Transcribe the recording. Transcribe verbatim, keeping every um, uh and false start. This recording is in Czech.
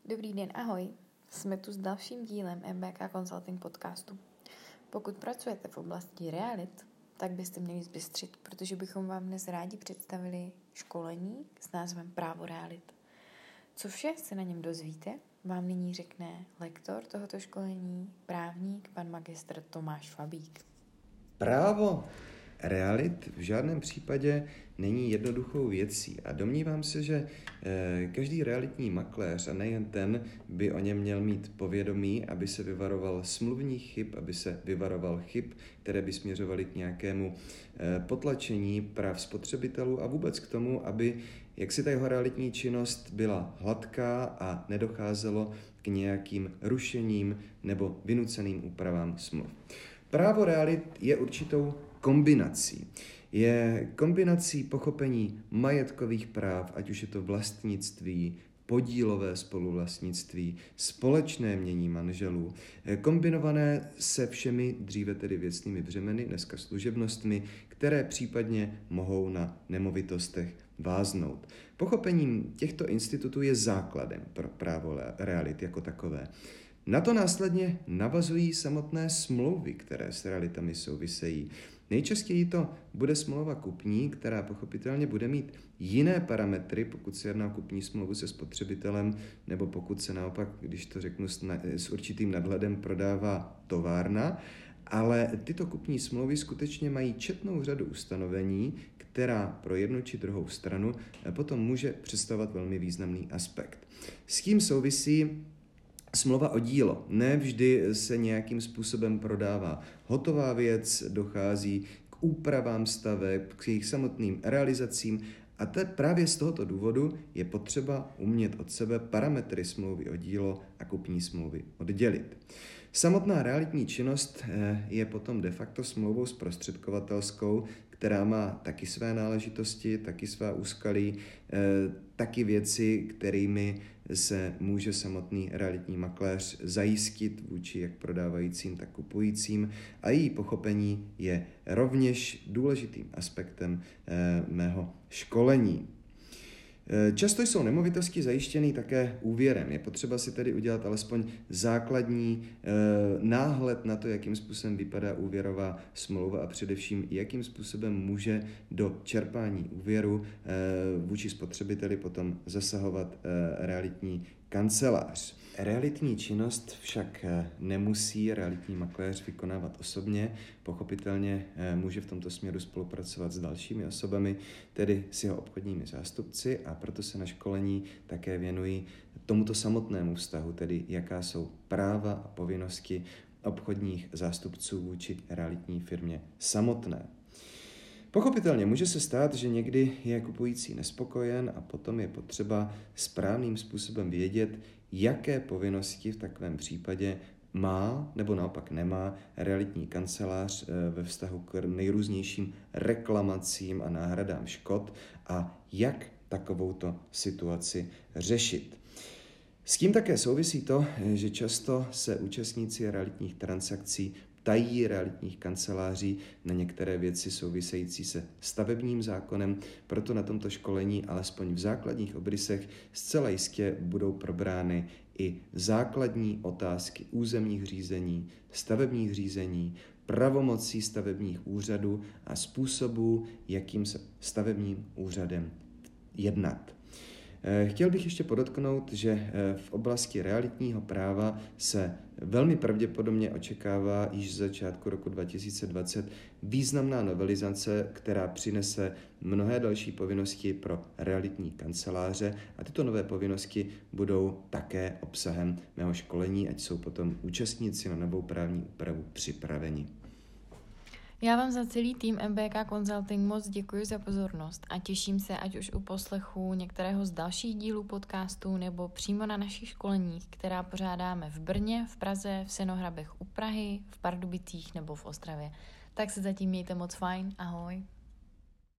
Dobrý den, ahoj. Jsme tu s dalším dílem M B K Consulting podcastu. Pokud pracujete v oblasti realit, tak byste měli zbystřit, protože bychom vám dnes rádi představili školení s názvem Právo realit. Co vše se na něm dozvíte, vám nyní řekne lektor tohoto školení, právník, pan magistr Tomáš Fabík. Právo realit v žádném případě není jednoduchou věcí a domnívám se, že každý realitní makléř, a nejen ten, by o něm měl mít povědomí, aby se vyvaroval smluvních chyb, aby se vyvaroval chyb, které by směřovaly k nějakému potlačení práv spotřebitelů a vůbec k tomu, aby jak si ta jeho realitní činnost byla hladká a nedocházelo k nějakým rušením nebo vynuceným úpravám smluv. Právo realit je určitou kombinací. Je kombinací pochopení majetkových práv, ať už je to vlastnictví, podílové spoluvlastnictví, společné mění manželů, kombinované se všemi dříve tedy věcnými břemeny, dneska služebnostmi, které případně mohou na nemovitostech váznout. Pochopením těchto institutů je základem pro právo realit jako takové. Na to následně navazují samotné smlouvy, které s realitami souvisejí. Nejčastěji to bude smlouva kupní, která pochopitelně bude mít jiné parametry, pokud se jedná o kupní smlouvu se spotřebitelem, nebo pokud se naopak, když to řeknu s, na, s určitým nadhledem, prodává továrna, ale tyto kupní smlouvy skutečně mají četnou řadu ustanovení, která pro jednu či druhou stranu potom může představovat velmi významný aspekt. S tím souvisí smlouva o dílo. Ne vždy se nějakým způsobem prodává hotová věc, dochází k úpravám staveb, k jejich samotným realizacím a te právě z tohoto důvodu je potřeba umět od sebe parametry smlouvy o dílo a kupní smlouvy oddělit. Samotná realitní činnost je potom de facto smlouvou zprostředkovatelskou, která má taky své náležitosti, taky svá úskalí, taky věci, kterými se může samotný realitní makléř zajistit vůči jak prodávajícím, tak kupujícím a její pochopení je rovněž důležitým aspektem mého školení. Často jsou nemovitosti zajištěny také úvěrem. Je potřeba si tedy udělat alespoň základní náhled na to, jakým způsobem vypadá úvěrová smlouva a především, jakým způsobem může do čerpání úvěru vůči spotřebiteli potom zasahovat realitní kancelář. Realitní činnost však nemusí realitní makléř vykonávat osobně, pochopitelně může v tomto směru spolupracovat s dalšími osobami, tedy s jeho obchodními zástupci a proto se na školení také věnují tomuto samotnému vztahu, tedy jaká jsou práva a povinnosti obchodních zástupců vůči realitní firmě samotné. Pochopitelně může se stát, že někdy je kupující nespokojen a potom je potřeba správným způsobem vědět, jaké povinnosti v takovém případě má nebo naopak nemá realitní kancelář ve vztahu k nejrůznějším reklamacím a náhradám škod a jak takovouto situaci řešit. S tím také souvisí to, že často se účastníci realitních transakcí tají realitních kanceláří na některé věci související se stavebním zákonem, proto na tomto školení alespoň v základních obrysech zcela jistě budou probrány i základní otázky územních řízení, stavebních řízení, pravomocí stavebních úřadů a způsobů, jakým se stavebním úřadem jednat. Chtěl bych ještě podotknout, že v oblasti realitního práva se velmi pravděpodobně očekává již z začátku roku dva tisíce dvacet významná novelizace, která přinese mnohé další povinnosti pro realitní kanceláře a tyto nové povinnosti budou také obsahem mého školení, ať jsou potom účastníci na novou právní úpravu připraveni. Já vám za celý tým M B K Consulting moc děkuji za pozornost a těším se ať už u poslechu některého z dalších dílů podcastu nebo přímo na našich školeních, která pořádáme v Brně, v Praze, v Senohrabech u Prahy, v Pardubicích nebo v Ostravě. Tak se zatím mějte moc fajn, ahoj.